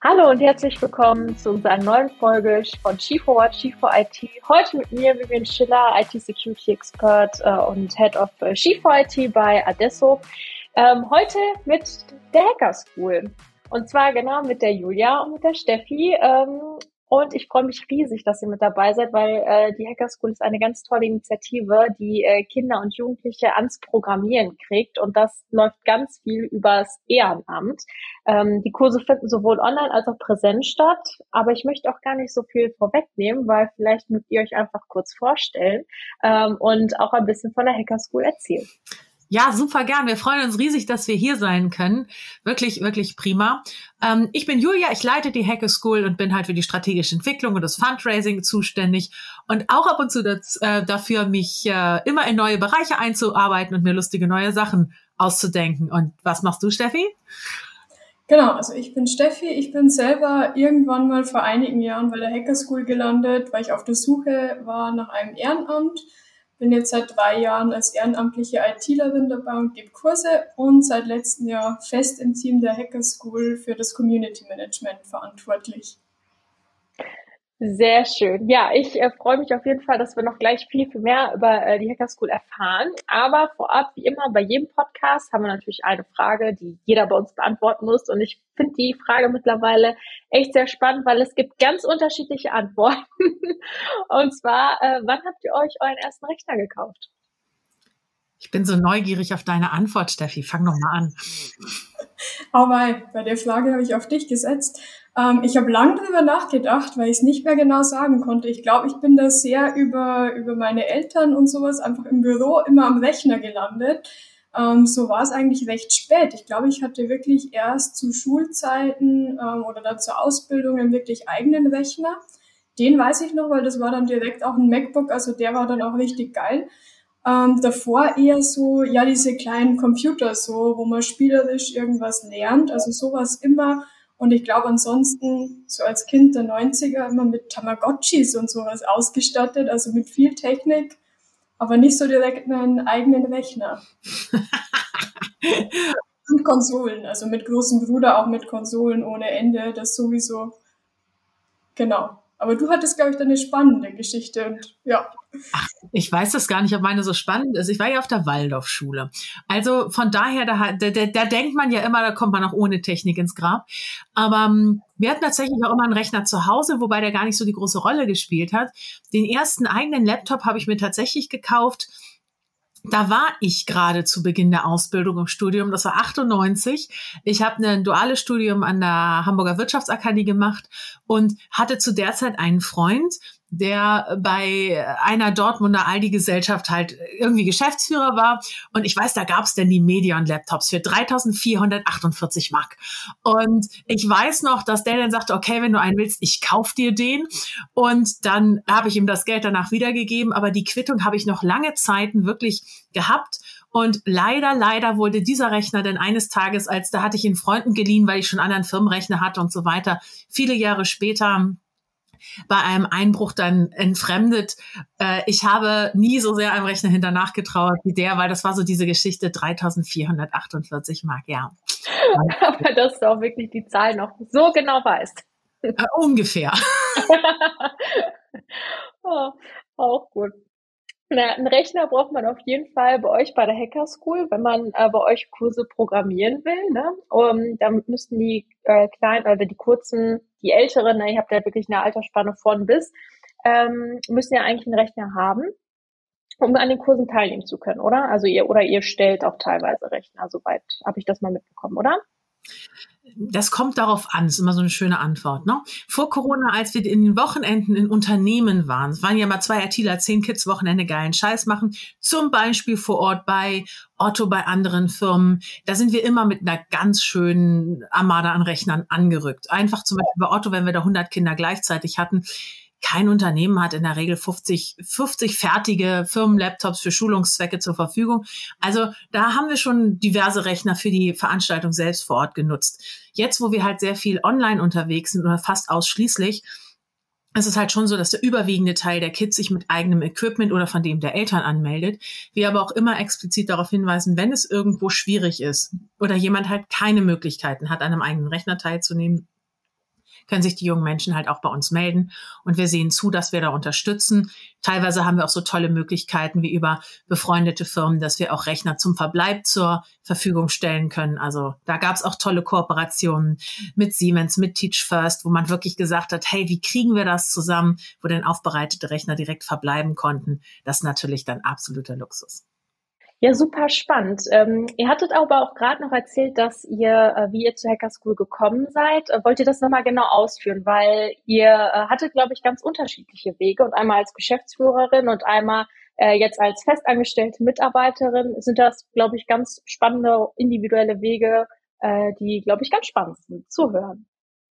Hallo und herzlich willkommen zu unserer neuen Folge von She4What, She4IT. Heute mit mir, Vivian Schiller, IT-Security-Expert und Head of She4IT bei Adesso. Heute mit der Hacker School. Und zwar genau mit der Julia und mit der Steffi. Und ich freue mich riesig, dass ihr mit dabei seid, weil die Hacker School ist eine ganz tolle Initiative, die Kinder und Jugendliche ans Programmieren kriegt. Und das läuft ganz viel übers Ehrenamt. Die Kurse finden sowohl online als auch präsent statt. Aber ich möchte auch gar nicht so viel vorwegnehmen, weil vielleicht mögt ihr euch einfach kurz vorstellen und auch ein bisschen von der Hacker School erzählen. Ja, super gern. Wir freuen uns riesig, dass wir hier sein können. Wirklich, wirklich prima. Ich bin Julia, ich leite die Hacker School und bin halt für die strategische Entwicklung und das Fundraising zuständig und auch ab und zu dafür, mich immer in neue Bereiche einzuarbeiten und mir lustige neue Sachen auszudenken. Und was machst du, Steffi? Genau, also ich bin Steffi. Ich bin selber irgendwann mal vor einigen Jahren bei der Hacker School gelandet, weil ich auf der Suche war nach einem Ehrenamt. Bin jetzt seit 3 Jahren als ehrenamtliche ITlerin dabei und gebe Kurse und seit letztem Jahr fest im Team der Hacker School für das Community Management verantwortlich. Sehr schön. Ja, ich freue mich auf jeden Fall, dass wir noch gleich viel mehr über die Hacker School erfahren. Aber vorab, wie immer, bei jedem Podcast haben wir natürlich eine Frage, die jeder bei uns beantworten muss. Und ich finde die Frage mittlerweile echt sehr spannend, weil es gibt ganz unterschiedliche Antworten. Und zwar, wann habt ihr euch euren ersten Rechner gekauft? Ich bin so neugierig auf deine Antwort, Steffi. Fang doch mal an. Aber bei der Frage habe ich auf dich gesetzt. Ich habe lange drüber nachgedacht, weil ich es nicht mehr genau sagen konnte. Ich glaube, ich bin da sehr über meine Eltern und sowas einfach im Büro immer am Rechner gelandet. So war es eigentlich recht spät. Ich glaube, ich hatte wirklich erst zu Schulzeiten oder dann zur Ausbildung einen wirklich eigenen Rechner. Den weiß ich noch, weil das war dann direkt auch ein MacBook, also der war dann auch richtig geil. Davor eher so, ja, diese kleinen Computer so, wo man spielerisch irgendwas lernt, also sowas immer. Und ich glaube ansonsten, so als Kind der 90er, immer mit Tamagotchis und sowas ausgestattet, also mit viel Technik, aber nicht so direkt einen eigenen Rechner. Und Konsolen, also mit großem Bruder auch mit Konsolen ohne Ende, das sowieso. Genau. Aber du hattest, glaube ich, dann eine spannende Geschichte und ja. Ach, ich weiß das gar nicht, ob meine so spannend ist. Ich war ja auf der Waldorfschule. Also von daher, da denkt man ja immer, da kommt man auch ohne Technik ins Grab. Aber wir hatten tatsächlich auch immer einen Rechner zu Hause, wobei der gar nicht so die große Rolle gespielt hat. Den ersten eigenen Laptop habe ich mir tatsächlich gekauft. Da war ich gerade zu Beginn der Ausbildung im Studium, das war 98. Ich habe ein duales Studium an der Hamburger Wirtschaftsakademie gemacht und hatte zu der Zeit einen Freund, der bei einer Dortmunder Aldi-Gesellschaft halt irgendwie Geschäftsführer war. Und ich weiß, da gab es denn die Medion-Laptops für 3.448 Mark. Und ich weiß noch, dass der dann sagte, okay, wenn du einen willst, ich kauf dir den. Und dann habe ich ihm das Geld danach wiedergegeben. Aber die Quittung habe ich noch lange Zeiten wirklich gehabt. Und leider wurde dieser Rechner dann eines Tages, da hatte ich ihn Freunden geliehen, weil ich schon einen anderen Firmenrechner hatte und so weiter, viele Jahre später bei einem Einbruch dann entfremdet. Ich habe nie so sehr einem Rechner hinternach getrauert wie der, weil das war so diese Geschichte 3.448 Mark, ja. Aber dass du auch wirklich die Zahl noch so genau weißt. Ungefähr. Oh, auch gut. Na, einen Rechner braucht man auf jeden Fall bei euch bei der Hacker School, wenn man bei euch Kurse programmieren will. Ne? Dann müssten die Kleinen oder die Kurzen, die Älteren, ne, ihr habt ja wirklich eine Altersspanne von bis, müssen ja eigentlich einen Rechner haben, um an den Kursen teilnehmen zu können, oder? Also ihr stellt auch teilweise Rechner, soweit habe ich das mal mitbekommen, oder? Das kommt darauf an, ist immer so eine schöne Antwort. Ne? Vor Corona, als wir in den Wochenenden in Unternehmen waren, es waren ja mal 2 ITler, 10 Kids Wochenende geilen Scheiß machen, zum Beispiel vor Ort bei Otto, bei anderen Firmen, da sind wir immer mit einer ganz schönen Armada an Rechnern angerückt. Einfach zum Beispiel bei Otto, wenn wir da 100 Kinder gleichzeitig hatten, kein Unternehmen hat in der Regel 50 fertige Firmenlaptops für Schulungszwecke zur Verfügung. Also da haben wir schon diverse Rechner für die Veranstaltung selbst vor Ort genutzt. Jetzt, wo wir halt sehr viel online unterwegs sind oder fast ausschließlich, es ist halt schon so, dass der überwiegende Teil der Kids sich mit eigenem Equipment oder von dem der Eltern anmeldet. Wir aber auch immer explizit darauf hinweisen, wenn es irgendwo schwierig ist oder jemand halt keine Möglichkeiten hat, an einem eigenen Rechner teilzunehmen, können sich die jungen Menschen halt auch bei uns melden. Und wir sehen zu, dass wir da unterstützen. Teilweise haben wir auch so tolle Möglichkeiten wie über befreundete Firmen, dass wir auch Rechner zum Verbleib zur Verfügung stellen können. Also da gab es auch tolle Kooperationen mit Siemens, mit Teach First, wo man wirklich gesagt hat, hey, wie kriegen wir das zusammen, wo dann aufbereitete Rechner direkt verbleiben konnten. Das ist natürlich dann absoluter Luxus. Ja, super spannend. Ihr hattet aber auch gerade noch erzählt, dass ihr, wie ihr zur Hacker School gekommen seid. Wollt ihr das nochmal genau ausführen? Weil ihr hattet, glaube ich, ganz unterschiedliche Wege und einmal als Geschäftsführerin und einmal jetzt als festangestellte Mitarbeiterin. Sind das, glaube ich, ganz spannende individuelle Wege, die, glaube ich, ganz spannend sind zu hören.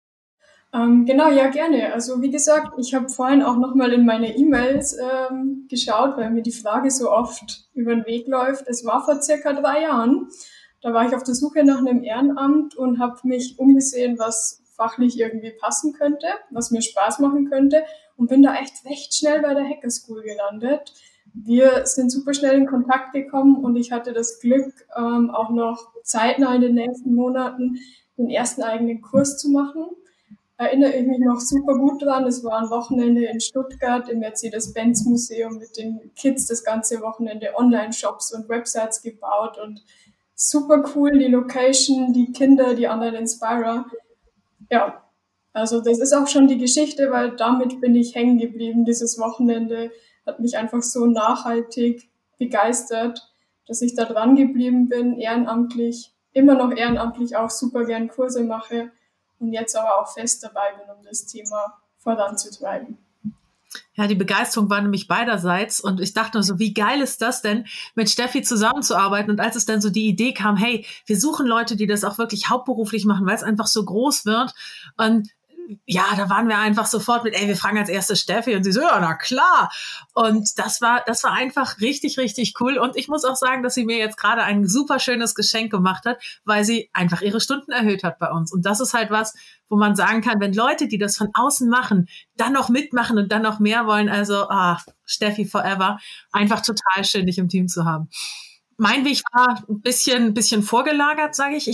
Genau, ja, gerne. Also wie gesagt, ich habe vorhin auch nochmal in meine E-Mails geschaut, weil mir die Frage so oft über den Weg läuft. Es war vor circa 3 Jahren. Da war ich auf der Suche nach einem Ehrenamt und habe mich umgesehen, was fachlich irgendwie passen könnte, was mir Spaß machen könnte und bin da echt recht schnell bei der Hacker School gelandet. Wir sind super schnell in Kontakt gekommen und ich hatte das Glück, auch noch zeitnah in den nächsten Monaten den ersten eigenen Kurs zu machen. Erinnere ich mich noch super gut dran. Es war ein Wochenende in Stuttgart im Mercedes-Benz-Museum mit den Kids das ganze Wochenende Online-Shops und Websites gebaut und super cool, die Location, die Kinder, die anderen Inspirer. Ja, also das ist auch schon die Geschichte, weil damit bin ich hängen geblieben. Dieses Wochenende hat mich einfach so nachhaltig begeistert, dass ich da dran geblieben bin, ehrenamtlich, immer noch ehrenamtlich auch super gern Kurse mache. Und jetzt aber auch fest dabei bin, um das Thema voranzutreiben. Ja, die Begeisterung war nämlich beiderseits und ich dachte nur so, wie geil ist das denn, mit Steffi zusammenzuarbeiten? Und als es dann so die Idee kam, hey, wir suchen Leute, die das auch wirklich hauptberuflich machen, weil es einfach so groß wird und ja, da waren wir einfach sofort mit, wir fragen als erste Steffi und sie so, ja, na klar. Und das war einfach richtig, richtig cool. Und ich muss auch sagen, dass sie mir jetzt gerade ein super schönes Geschenk gemacht hat, weil sie einfach ihre Stunden erhöht hat bei uns. Und das ist halt was, wo man sagen kann, wenn Leute, die das von außen machen, dann noch mitmachen und dann noch mehr wollen, also, Steffi forever, einfach total schön, dich im Team zu haben. Mein Weg war ein bisschen vorgelagert, sage ich.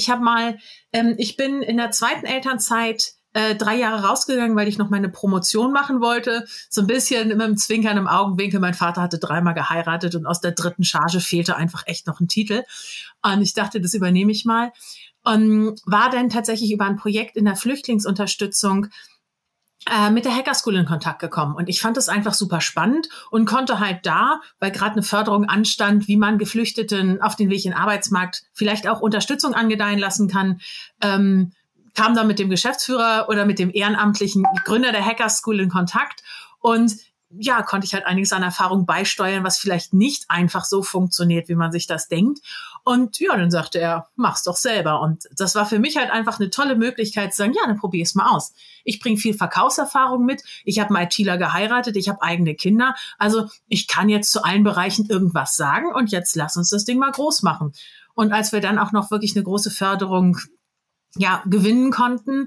Ich bin in der zweiten Elternzeit 3 Jahre rausgegangen, weil ich noch meine Promotion machen wollte. So ein bisschen mit einem Zwinkern im Augenwinkel. Mein Vater hatte 3-mal geheiratet und aus der 3. Charge fehlte einfach echt noch ein Titel. Und ich dachte, das übernehme ich mal. Und war dann tatsächlich über ein Projekt in der Flüchtlingsunterstützung mit der Hacker School in Kontakt gekommen. Und ich fand das einfach super spannend und konnte halt da, weil gerade eine Förderung anstand, wie man Geflüchteten auf den Weg in den Arbeitsmarkt vielleicht auch Unterstützung angedeihen lassen kann, kam dann mit dem Geschäftsführer oder mit dem ehrenamtlichen Gründer der Hacker School in Kontakt und ja, konnte ich halt einiges an Erfahrung beisteuern, was vielleicht nicht einfach so funktioniert, wie man sich das denkt. Und ja, dann sagte er, mach's doch selber. Und das war für mich halt einfach eine tolle Möglichkeit zu sagen, ja, dann probier es mal aus. Ich bringe viel Verkaufserfahrung mit. Ich habe einen ITler geheiratet. Ich habe eigene Kinder. Also ich kann jetzt zu allen Bereichen irgendwas sagen und jetzt lass uns das Ding mal groß machen. Und als wir dann auch noch wirklich eine große Förderung gewinnen konnten.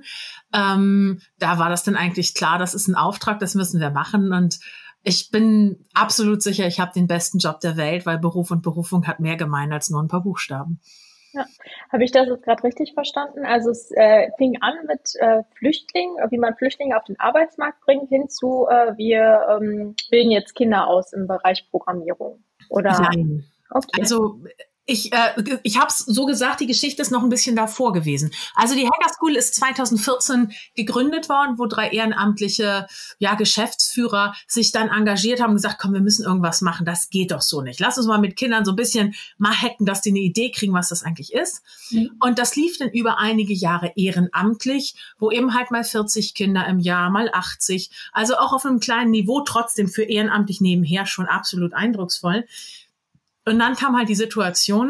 Da war das dann eigentlich klar, das ist ein Auftrag, das müssen wir machen. Und ich bin absolut sicher, ich habe den besten Job der Welt, weil Beruf und Berufung hat mehr gemein als nur ein paar Buchstaben. Ja, habe ich das jetzt gerade richtig verstanden? Also es fing an mit Flüchtlingen, wie man Flüchtlinge auf den Arbeitsmarkt bringt, hinzu, wir bilden jetzt Kinder aus im Bereich Programmierung. Oder? Nein. Okay. Also ich habe es so gesagt, die Geschichte ist noch ein bisschen davor gewesen. Also die Hacker School ist 2014 gegründet worden, wo 3 ehrenamtliche Geschäftsführer sich dann engagiert haben und gesagt, komm, wir müssen irgendwas machen, das geht doch so nicht. Lass uns mal mit Kindern so ein bisschen mal hacken, dass die eine Idee kriegen, was das eigentlich ist. Mhm. Und das lief dann über einige Jahre ehrenamtlich, wo eben halt mal 40 Kinder im Jahr, mal 80, also auch auf einem kleinen Niveau, trotzdem für ehrenamtlich nebenher schon absolut eindrucksvoll. Und dann kam halt die Situation,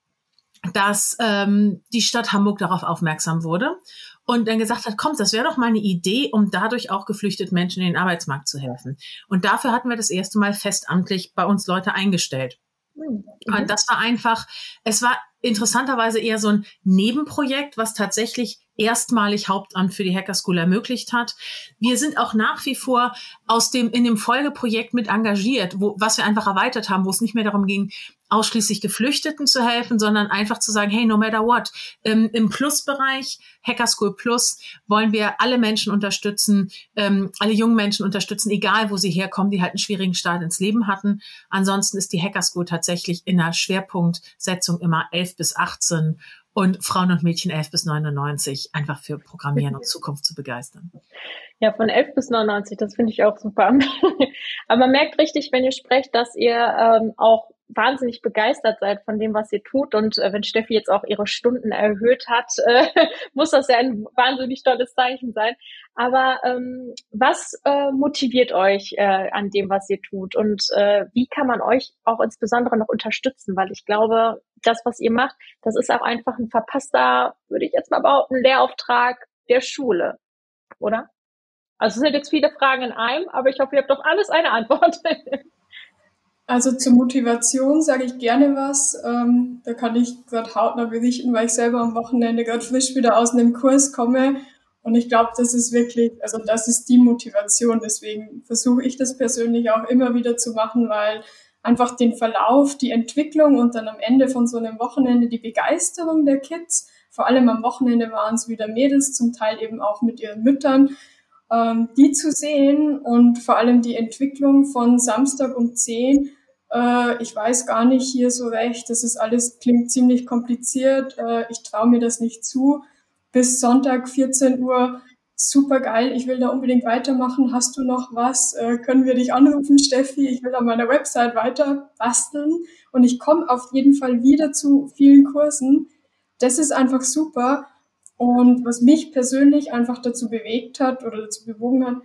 dass die Stadt Hamburg darauf aufmerksam wurde und dann gesagt hat, komm, das wäre doch mal eine Idee, um dadurch auch geflüchteten Menschen in den Arbeitsmarkt zu helfen. Und dafür hatten wir das erste Mal festamtlich bei uns Leute eingestellt. Mhm. Und das war einfach, es war interessanterweise eher so ein Nebenprojekt, was tatsächlich erstmalig Hauptamt für die Hacker School ermöglicht hat. Wir sind auch nach wie vor in dem Folgeprojekt mit engagiert, was wir einfach erweitert haben, wo es nicht mehr darum ging, ausschließlich Geflüchteten zu helfen, sondern einfach zu sagen, hey, no matter what, im Plus-Bereich, Hacker School Plus, wollen wir alle Menschen unterstützen, alle jungen Menschen unterstützen, egal wo sie herkommen, die halt einen schwierigen Start ins Leben hatten. Ansonsten ist die Hacker School tatsächlich in der Schwerpunktsetzung immer 11 bis 18 und Frauen und Mädchen 11 bis 99, einfach für Programmieren und Zukunft zu begeistern. Ja, von 11 bis 99, das finde ich auch super. Aber man merkt richtig, wenn ihr sprecht, dass ihr auch wahnsinnig begeistert seid von dem, was ihr tut. Und wenn Steffi jetzt auch ihre Stunden erhöht hat, muss das ja ein wahnsinnig tolles Zeichen sein. Aber was motiviert euch an dem, was ihr tut? Und wie kann man euch auch insbesondere noch unterstützen? Weil ich glaube, das, was ihr macht, das ist auch einfach ein verpasster, würde ich jetzt mal behaupten, Lehrauftrag der Schule, oder? Also es sind jetzt viele Fragen in einem, aber ich hoffe, ihr habt auf alles eine Antwort. Also zur Motivation sage ich gerne was. Da kann ich gerade hautnah berichten, weil ich selber am Wochenende gerade frisch wieder aus einem Kurs komme. Und ich glaube, das ist wirklich, also das ist die Motivation. Deswegen versuche ich das persönlich auch immer wieder zu machen, weil einfach den Verlauf, die Entwicklung und dann am Ende von so einem Wochenende die Begeisterung der Kids, vor allem am Wochenende waren es wieder Mädels, zum Teil eben auch mit ihren Müttern, die zu sehen und vor allem die Entwicklung von Samstag um 10, ich weiß gar nicht hier so recht, das ist alles, klingt ziemlich kompliziert, ich traue mir das nicht zu, bis Sonntag 14 Uhr, super geil, ich will da unbedingt weitermachen, hast du noch was, können wir dich anrufen, Steffi, ich will an meiner Website weiter basteln und ich komme auf jeden Fall wieder zu vielen Kursen, das ist einfach super. Und was mich persönlich einfach dazu bewegt hat oder dazu bewogen hat,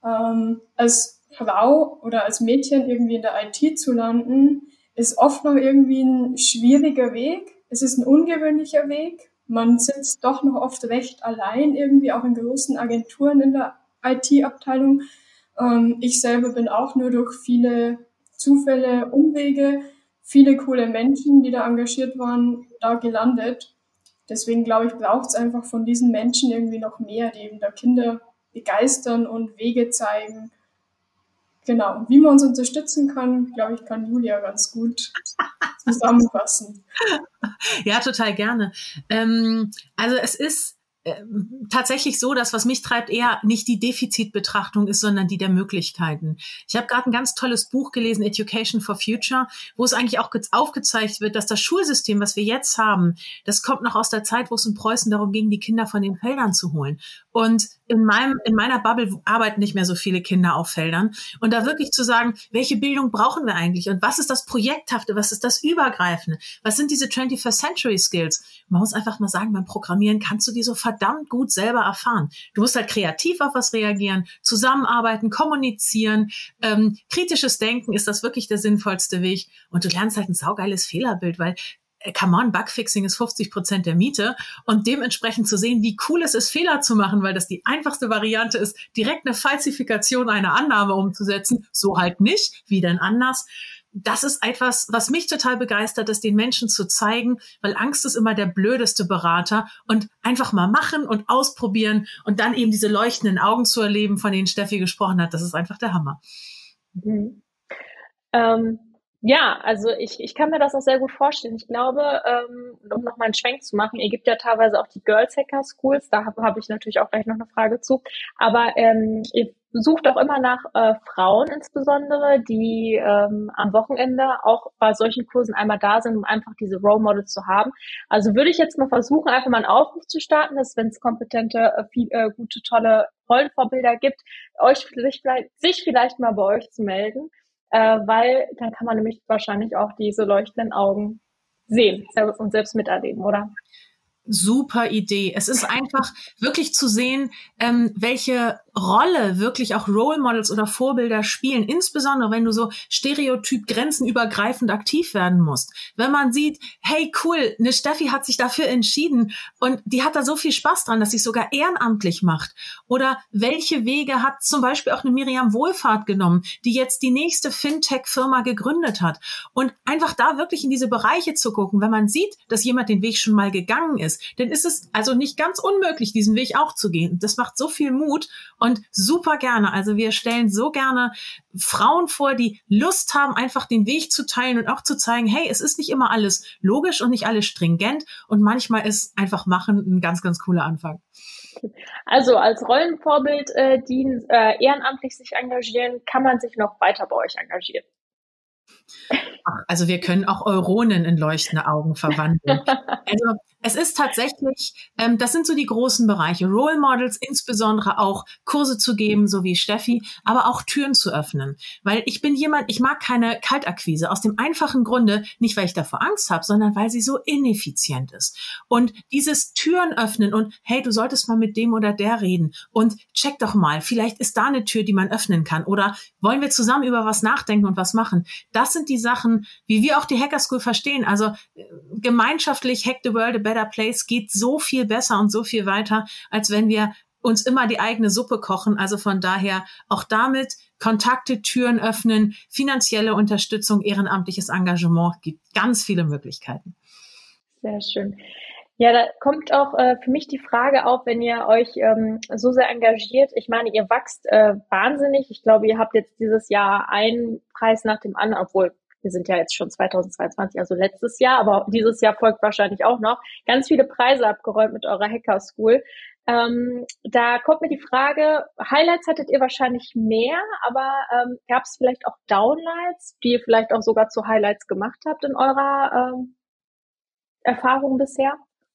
als Frau oder als Mädchen irgendwie in der IT zu landen, ist oft noch irgendwie ein schwieriger Weg. Es ist ein ungewöhnlicher Weg. Man sitzt doch noch oft recht allein, irgendwie auch in großen Agenturen in der IT-Abteilung. Ich selber bin auch nur durch viele Zufälle, Umwege, viele coole Menschen, die da engagiert waren, da gelandet. Deswegen glaube ich, braucht es einfach von diesen Menschen irgendwie noch mehr, die eben da Kinder begeistern und Wege zeigen. Genau. Und wie man uns unterstützen kann, glaube ich, kann Julia ganz gut zusammenfassen. Ja, total gerne. Also es ist tatsächlich so, dass was mich treibt, eher nicht die Defizitbetrachtung ist, sondern die der Möglichkeiten. Ich habe gerade ein ganz tolles Buch gelesen, Education for Future, wo es eigentlich auch aufgezeigt wird, dass das Schulsystem, was wir jetzt haben, das kommt noch aus der Zeit, wo es in Preußen darum ging, die Kinder von den Feldern zu holen. Und in meiner Bubble arbeiten nicht mehr so viele Kinder auf Feldern. Und da wirklich zu sagen, welche Bildung brauchen wir eigentlich? Und was ist das Projekthafte? Was ist das Übergreifende? Was sind diese 21st Century Skills? Man muss einfach mal sagen, beim Programmieren kannst du die so verdammt gut selber erfahren. Du musst halt kreativ auf was reagieren, zusammenarbeiten, kommunizieren. Kritisches Denken ist das wirklich der sinnvollste Weg. Und du lernst halt ein saugeiles Fehlerbild, weil come on, Bugfixing ist 50% der Miete und dementsprechend zu sehen, wie cool es ist, Fehler zu machen, weil das die einfachste Variante ist, direkt eine Falsifikation einer Annahme umzusetzen. So halt nicht, wie denn anders? Das ist etwas, was mich total begeistert, ist den Menschen zu zeigen, weil Angst ist immer der blödeste Berater und einfach mal machen und ausprobieren und dann eben diese leuchtenden Augen zu erleben, von denen Steffi gesprochen hat. Das ist einfach der Hammer. Mhm. Ja, also ich kann mir das auch sehr gut vorstellen. Ich glaube, um noch mal einen Schwenk zu machen, ihr gebt ja teilweise auch die Girls Hacker Schools, da habe ich natürlich auch gleich noch eine Frage zu, aber ihr sucht auch immer nach Frauen insbesondere, die am Wochenende auch bei solchen Kursen einmal da sind, um einfach diese Role Models zu haben. Also würde ich jetzt mal versuchen, einfach mal einen Aufruf zu starten, dass wenn es kompetente, gute, tolle Rollenvorbilder gibt, sich vielleicht mal bei euch zu melden. Weil dann kann man nämlich wahrscheinlich auch diese leuchtenden Augen sehen und selbst miterleben, oder? Super Idee. Es ist einfach wirklich zu sehen, welche Rolle wirklich auch Role Models oder Vorbilder spielen, insbesondere wenn du so stereotyp grenzenübergreifend aktiv werden musst. Wenn man sieht, hey cool, eine Steffi hat sich dafür entschieden und die hat da so viel Spaß dran, dass sie es sogar ehrenamtlich macht. Oder welche Wege hat zum Beispiel auch eine Miriam Wohlfahrt genommen, die jetzt die nächste Fintech-Firma gegründet hat. Und einfach da wirklich in diese Bereiche zu gucken, wenn man sieht, dass jemand den Weg schon mal gegangen ist, ist, dann ist es also nicht ganz unmöglich, diesen Weg auch zu gehen. Das macht so viel Mut und super gerne. Also wir stellen so gerne Frauen vor, die Lust haben, einfach den Weg zu teilen und auch zu zeigen, hey, es ist nicht immer alles logisch und nicht alles stringent und manchmal ist einfach machen ein ganz, ganz cooler Anfang. Also als Rollenvorbild, die ehrenamtlich sich engagieren, kann man sich noch weiter bei euch engagieren. Also wir können auch Euronen in leuchtende Augen verwandeln. Also es ist tatsächlich, das sind so die großen Bereiche. Role Models, insbesondere auch Kurse zu geben, so wie Steffi, aber auch Türen zu öffnen. Weil ich bin jemand, ich mag keine Kaltakquise. Aus dem einfachen Grunde, nicht weil ich davor Angst habe, sondern weil sie so ineffizient ist. Und dieses Türen öffnen und hey, du solltest mal mit dem oder der reden und check doch mal, vielleicht ist da eine Tür, die man öffnen kann oder wollen wir zusammen über was nachdenken und was machen. Das sind die Sachen, wie wir auch die Hacker School verstehen. Also gemeinschaftlich Hack the World a Better Place geht so viel besser und so viel weiter, als wenn wir uns immer die eigene Suppe kochen. Also von daher auch damit Kontakte, Türen öffnen, finanzielle Unterstützung, ehrenamtliches Engagement, gibt ganz viele Möglichkeiten. Sehr schön. Ja, da kommt auch für mich die Frage auf, wenn ihr euch so sehr engagiert. Ich meine, ihr wachst wahnsinnig. Ich glaube, ihr habt jetzt dieses Jahr einen Preis nach dem anderen, obwohl wir sind ja jetzt schon 2022, also letztes Jahr, aber dieses Jahr folgt wahrscheinlich auch noch, ganz viele Preise abgeräumt mit eurer Hacker School. Da kommt mir die Frage, Highlights hattet ihr wahrscheinlich mehr, aber gab es vielleicht auch Downlights, die ihr vielleicht auch sogar zu Highlights gemacht habt in eurer Erfahrung bisher?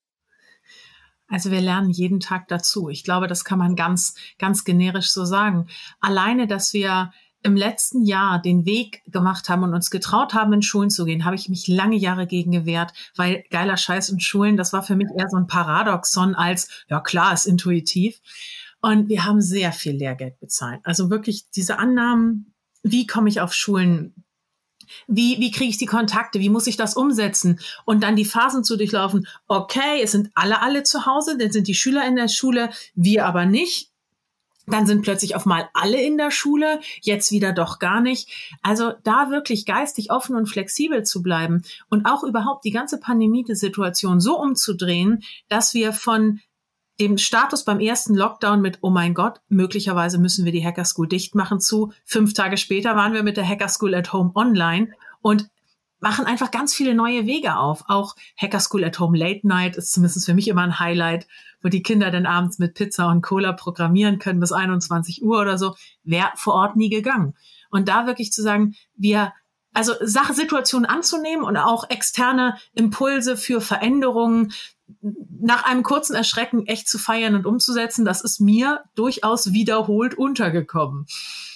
Also wir lernen jeden Tag dazu. Ich glaube, das kann man ganz, ganz generisch so sagen. Alleine, dass wir im letzten Jahr den Weg gemacht haben und uns getraut haben, in Schulen zu gehen, habe ich mich lange Jahre gegen gewehrt, weil geiler Scheiß in Schulen, das war für mich eher so ein Paradoxon als, ja klar, ist intuitiv. Und wir haben sehr viel Lehrgeld bezahlt. Also wirklich diese Annahmen, wie komme ich auf Schulen, wie kriege ich die Kontakte, wie muss ich das umsetzen und dann die Phasen zu durchlaufen. Okay, es sind alle zu Hause, dann sind die Schüler in der Schule, wir aber nicht. Dann sind plötzlich auf mal alle in der Schule, jetzt wieder doch gar nicht. Also da wirklich geistig offen und flexibel zu bleiben und auch überhaupt die ganze Pandemie-Situation so umzudrehen, dass wir von dem Status beim ersten Lockdown mit, oh mein Gott, möglicherweise müssen wir die Hacker School dicht machen, zu 5 Tage später waren wir mit der Hacker School at Home online und machen einfach ganz viele neue Wege auf. Auch Hacker School at Home Late Night ist zumindest für mich immer ein Highlight, wo die Kinder dann abends mit Pizza und Cola programmieren können bis 21 Uhr oder so. Wäre vor Ort nie gegangen. Und da wirklich zu sagen, also Situationen anzunehmen und auch externe Impulse für Veränderungen nach einem kurzen Erschrecken echt zu feiern und umzusetzen, das ist mir durchaus wiederholt untergekommen.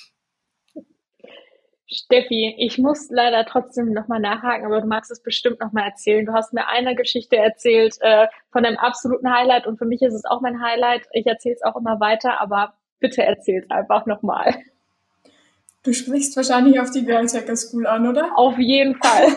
Steffi, ich muss leider trotzdem nochmal nachhaken, aber du magst es bestimmt nochmal erzählen. Du hast mir eine Geschichte erzählt von einem absoluten Highlight und für mich ist es auch mein Highlight. Ich erzähle es auch immer weiter, aber bitte erzähl es einfach nochmal. Du sprichst wahrscheinlich auf die Girls Hacker School an, oder? Auf jeden Fall.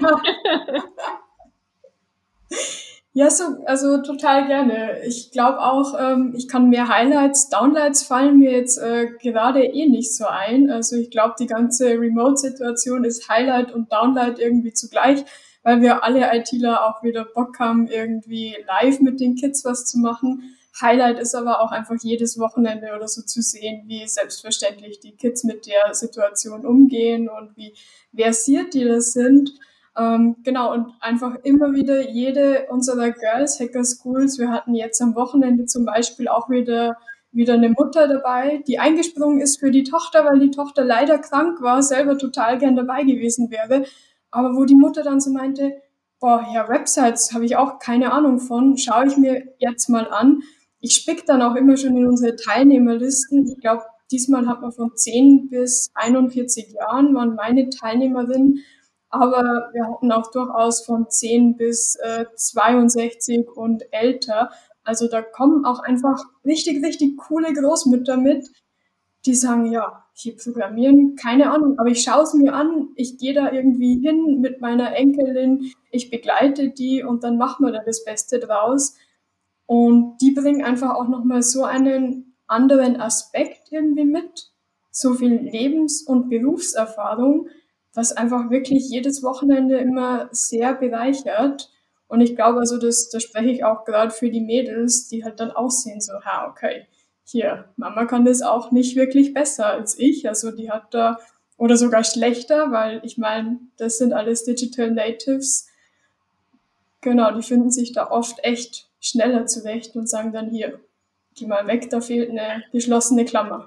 Ja, also total gerne. Ich glaube auch, ich kann mehr Highlights, Downlights fallen mir jetzt gerade nicht so ein. Also ich glaube, die ganze Remote-Situation ist Highlight und Downlight irgendwie zugleich, weil wir alle ITler auch wieder Bock haben, irgendwie live mit den Kids was zu machen. Highlight ist aber auch einfach jedes Wochenende oder so zu sehen, wie selbstverständlich die Kids mit der Situation umgehen und wie versiert die das sind. Genau, und einfach immer wieder jede unserer Girls Hacker Schools, wir hatten jetzt am Wochenende zum Beispiel auch wieder eine Mutter dabei, die eingesprungen ist für die Tochter, weil die Tochter leider krank war, selber total gern dabei gewesen wäre, aber wo die Mutter dann so meinte, boah, ja, Websites habe ich auch keine Ahnung von, schaue ich mir jetzt mal an. Ich spick dann auch immer schon in unsere Teilnehmerlisten. Ich glaube, diesmal hat man von 10 bis 41 Jahren waren meine Teilnehmerinnen. Aber wir hatten auch durchaus von 10 bis 62 und älter. Also da kommen auch einfach richtig, richtig coole Großmütter mit, die sagen, ja, hier programmieren, keine Ahnung, aber ich schaue es mir an, ich gehe da irgendwie hin mit meiner Enkelin, ich begleite die und dann machen wir da das Beste draus. Und die bringen einfach auch nochmal so einen anderen Aspekt irgendwie mit, so viel Lebens- und Berufserfahrung, was einfach wirklich jedes Wochenende immer sehr bereichert. Und ich glaube, also da spreche ich auch gerade für die Mädels, die halt dann auch sehen, so, okay, hier, Mama kann das auch nicht wirklich besser als ich. Also die hat da, oder sogar schlechter, weil ich meine, das sind alles Digital Natives. Genau, die finden sich da oft echt schneller zurecht und sagen dann hier, geh mal weg, da fehlt eine geschlossene Klammer.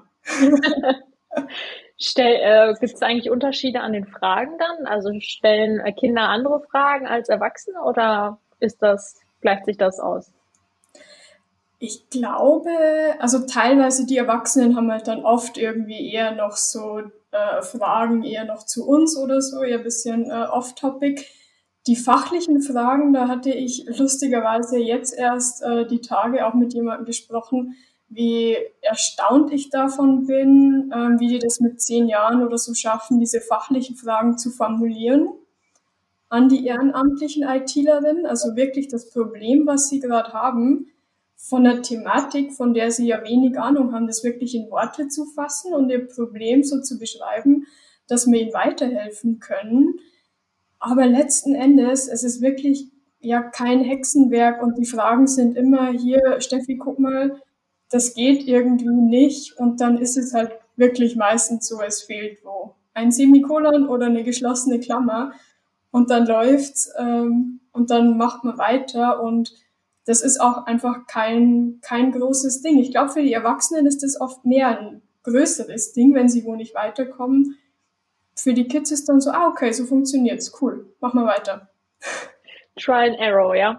Gibt es eigentlich Unterschiede an den Fragen dann? Also stellen Kinder andere Fragen als Erwachsene oder gleicht sich das aus? Ich glaube, also teilweise die Erwachsenen haben halt dann oft irgendwie eher noch so Fragen eher noch zu uns oder so, eher ein bisschen off-topic. Die fachlichen Fragen, da hatte ich lustigerweise jetzt erst die Tage auch mit jemandem gesprochen, wie erstaunt ich davon bin, wie die das mit 10 Jahren oder so schaffen, diese fachlichen Fragen zu formulieren an die ehrenamtlichen ITlerinnen. Also wirklich das Problem, was sie gerade haben, von der Thematik, von der sie ja wenig Ahnung haben, das wirklich in Worte zu fassen und ihr Problem so zu beschreiben, dass wir ihnen weiterhelfen können. Aber letzten Endes, es ist wirklich ja kein Hexenwerk und die Fragen sind immer hier, Steffi, guck mal, das geht irgendwie nicht und dann ist es halt wirklich meistens so, es fehlt wo ein Semikolon oder eine geschlossene Klammer und dann läuft's und dann macht man weiter und das ist auch einfach kein großes Ding. Ich glaube, für die Erwachsenen ist das oft mehr ein größeres Ding, wenn sie wo nicht weiterkommen. Für die Kids ist dann so, okay, so funktioniert's, cool, mach mal weiter. Try and Error, ja.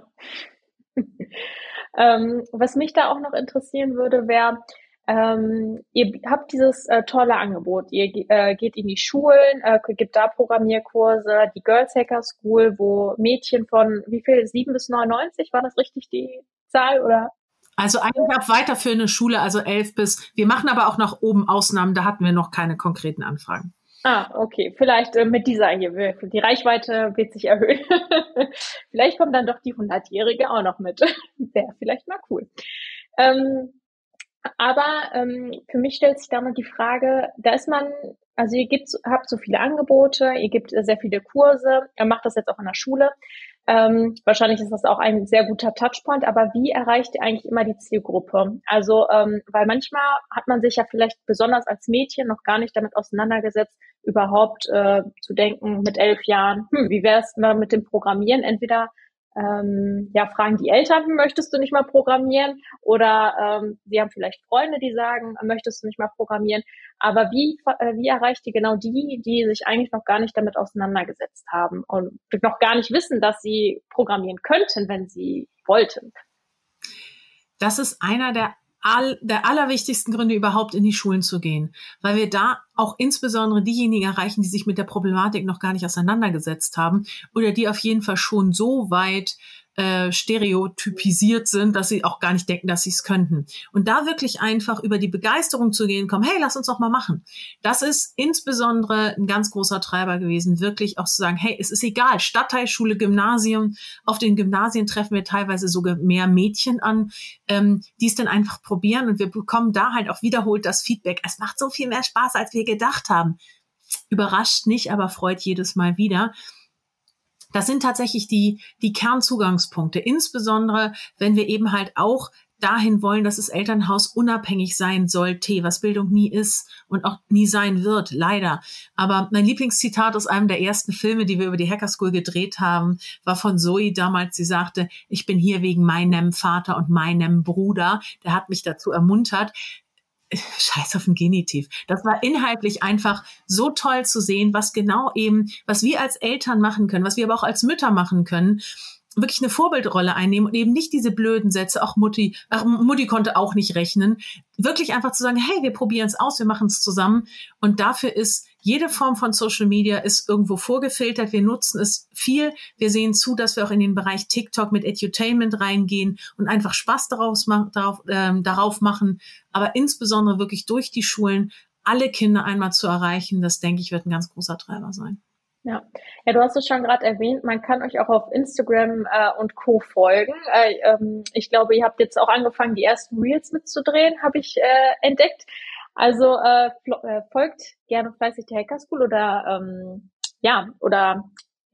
Was mich da auch noch interessieren würde, wäre, ihr habt dieses tolle Angebot. Ihr geht in die Schulen, gibt da Programmierkurse, die Girls Hacker School, wo Mädchen von wie viel? 7 bis 99, war das richtig die Zahl? Oder? Also eigentlich ab weiterführende Schule, also 11 bis, wir machen aber auch nach oben Ausnahmen, da hatten wir noch keine konkreten Anfragen. Ah, okay. Vielleicht mit dieser hier. Die Reichweite wird sich erhöhen. Vielleicht kommt dann doch die 100-Jährige auch noch mit. Wäre vielleicht mal cool. Für mich stellt sich da noch die Frage, also habt so viele Angebote, ihr gebt sehr viele Kurse, ihr macht das jetzt auch in der Schule. Wahrscheinlich ist das auch ein sehr guter Touchpoint, aber wie erreicht ihr eigentlich immer die Zielgruppe? Also, weil manchmal hat man sich ja vielleicht besonders als Mädchen noch gar nicht damit auseinandergesetzt, überhaupt zu denken mit 11 Jahren, wie wäre es mal mit dem Programmieren? Entweder fragen die Eltern, möchtest du nicht mal programmieren? Oder sie haben vielleicht Freunde, die sagen, möchtest du nicht mal programmieren? Aber wie erreicht ihr genau die sich eigentlich noch gar nicht damit auseinandergesetzt haben und noch gar nicht wissen, dass sie programmieren könnten, wenn sie wollten? Das ist einer der allerwichtigsten Gründe, überhaupt in die Schulen zu gehen, weil wir da auch insbesondere diejenigen erreichen, die sich mit der Problematik noch gar nicht auseinandergesetzt haben oder die auf jeden Fall schon so weit stereotypisiert sind, dass sie auch gar nicht denken, dass sie es könnten. Und da wirklich einfach über die Begeisterung zu gehen, komm, hey, lass uns doch mal machen. Das ist insbesondere ein ganz großer Treiber gewesen, wirklich auch zu sagen, hey, es ist egal, Stadtteilschule, Gymnasium, auf den Gymnasien treffen wir teilweise sogar mehr Mädchen an, die es dann einfach probieren und wir bekommen da halt auch wiederholt das Feedback. Es macht so viel mehr Spaß, als wir gedacht haben. Überrascht nicht, aber freut jedes Mal wieder. Das sind tatsächlich die Kernzugangspunkte, insbesondere wenn wir eben halt auch dahin wollen, dass das Elternhaus unabhängig sein sollte, was Bildung nie ist und auch nie sein wird, leider. Aber mein Lieblingszitat aus einem der ersten Filme, die wir über die Hacker School gedreht haben, war von Zoe damals. Sie sagte, ich bin hier wegen meinem Vater und meinem Bruder. Der hat mich dazu ermuntert. Scheiß auf den Genitiv. Das war inhaltlich einfach so toll zu sehen, was wir als Eltern machen können, was wir aber auch als Mütter machen können, wirklich eine Vorbildrolle einnehmen und eben nicht diese blöden Sätze, Mutti konnte auch nicht rechnen, wirklich einfach zu sagen, hey, wir probieren es aus, wir machen es zusammen und dafür ist jede Form von Social Media ist irgendwo vorgefiltert, wir nutzen es viel, wir sehen zu, dass wir auch in den Bereich TikTok mit Edutainment reingehen und einfach Spaß darauf machen, aber insbesondere wirklich durch die Schulen alle Kinder einmal zu erreichen, das denke ich, wird ein ganz großer Treiber sein. Ja, du hast es schon gerade erwähnt, man kann euch auch auf Instagram und Co. folgen. Ich glaube, ihr habt jetzt auch angefangen, die ersten Reels mitzudrehen, habe ich entdeckt. Also folgt gerne fleißig der Hacker School oder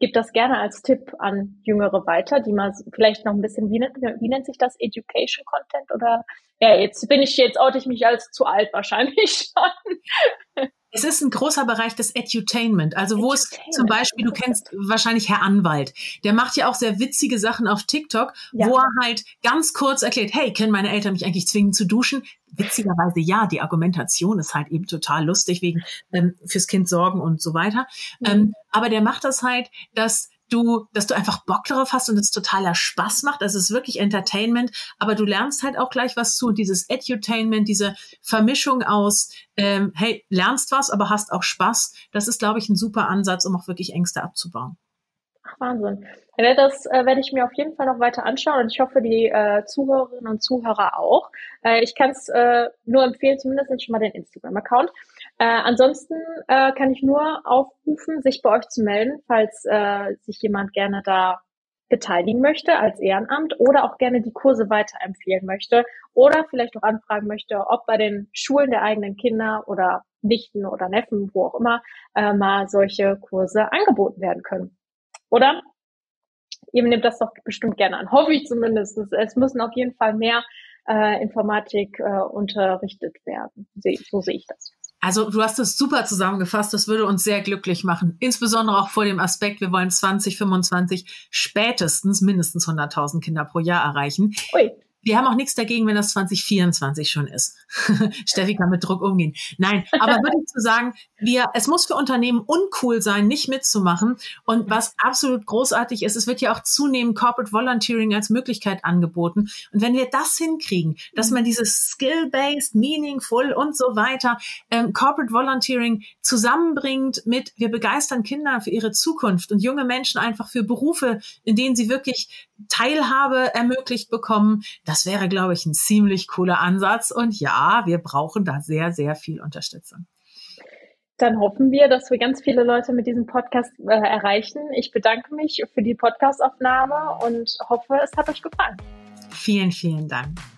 gebe das gerne als Tipp an Jüngere weiter, die mal vielleicht noch ein bisschen, wie nennt sich das, Education Content oder, ja, oute ich mich als zu alt wahrscheinlich schon. Es ist ein großer Bereich des Edutainment, also wo es zum Beispiel, du kennst wahrscheinlich Herr Anwalt, der macht ja auch sehr witzige Sachen auf TikTok, wo er halt ganz kurz erklärt, hey, können meine Eltern mich eigentlich zwingen zu duschen? Witzigerweise ja, die Argumentation ist halt eben total lustig, wegen fürs Kind sorgen und so weiter. Aber der macht das halt, dass du einfach Bock darauf hast und es totaler Spaß macht. Also es ist wirklich Entertainment, aber du lernst halt auch gleich was zu. Dieses Edutainment, diese Vermischung aus, hey, lernst was, aber hast auch Spaß. Das ist, glaube ich, ein super Ansatz, um auch wirklich Ängste abzubauen. Ach, Wahnsinn. Ja, das werde ich mir auf jeden Fall noch weiter anschauen und ich hoffe, die Zuhörerinnen und Zuhörer auch. Ich kann es nur empfehlen, zumindest schon mal den Instagram-Account. Ansonsten kann ich nur aufrufen, sich bei euch zu melden, falls sich jemand gerne da beteiligen möchte als Ehrenamt oder auch gerne die Kurse weiterempfehlen möchte oder vielleicht auch anfragen möchte, ob bei den Schulen der eigenen Kinder oder Nichten oder Neffen, wo auch immer, mal solche Kurse angeboten werden können. Oder? Ihr nehmt das doch bestimmt gerne an, hoffe ich zumindest. Es müssen auf jeden Fall mehr Informatik unterrichtet werden. So sehe ich das. Also du hast es super zusammengefasst, das würde uns sehr glücklich machen. Insbesondere auch vor dem Aspekt, wir wollen 2025 spätestens mindestens 100.000 Kinder pro Jahr erreichen. Ui. Wir haben auch nichts dagegen, wenn das 2024 schon ist. Steffi kann mit Druck umgehen. Nein, aber wirklich zu sagen, es muss für Unternehmen uncool sein, nicht mitzumachen. Und was absolut großartig ist, es wird ja auch zunehmend Corporate Volunteering als Möglichkeit angeboten. Und wenn wir das hinkriegen, dass man dieses Skill-Based, Meaningful und so weiter, Corporate Volunteering zusammenbringt mit, wir begeistern Kinder für ihre Zukunft und junge Menschen einfach für Berufe, in denen sie wirklich Teilhabe ermöglicht bekommen, das wäre, glaube ich, ein ziemlich cooler Ansatz. Und ja, wir brauchen da sehr, sehr viel Unterstützung. Dann hoffen wir, dass wir ganz viele Leute mit diesem Podcast erreichen. Ich bedanke mich für die Podcastaufnahme und hoffe, es hat euch gefallen. Vielen, vielen Dank.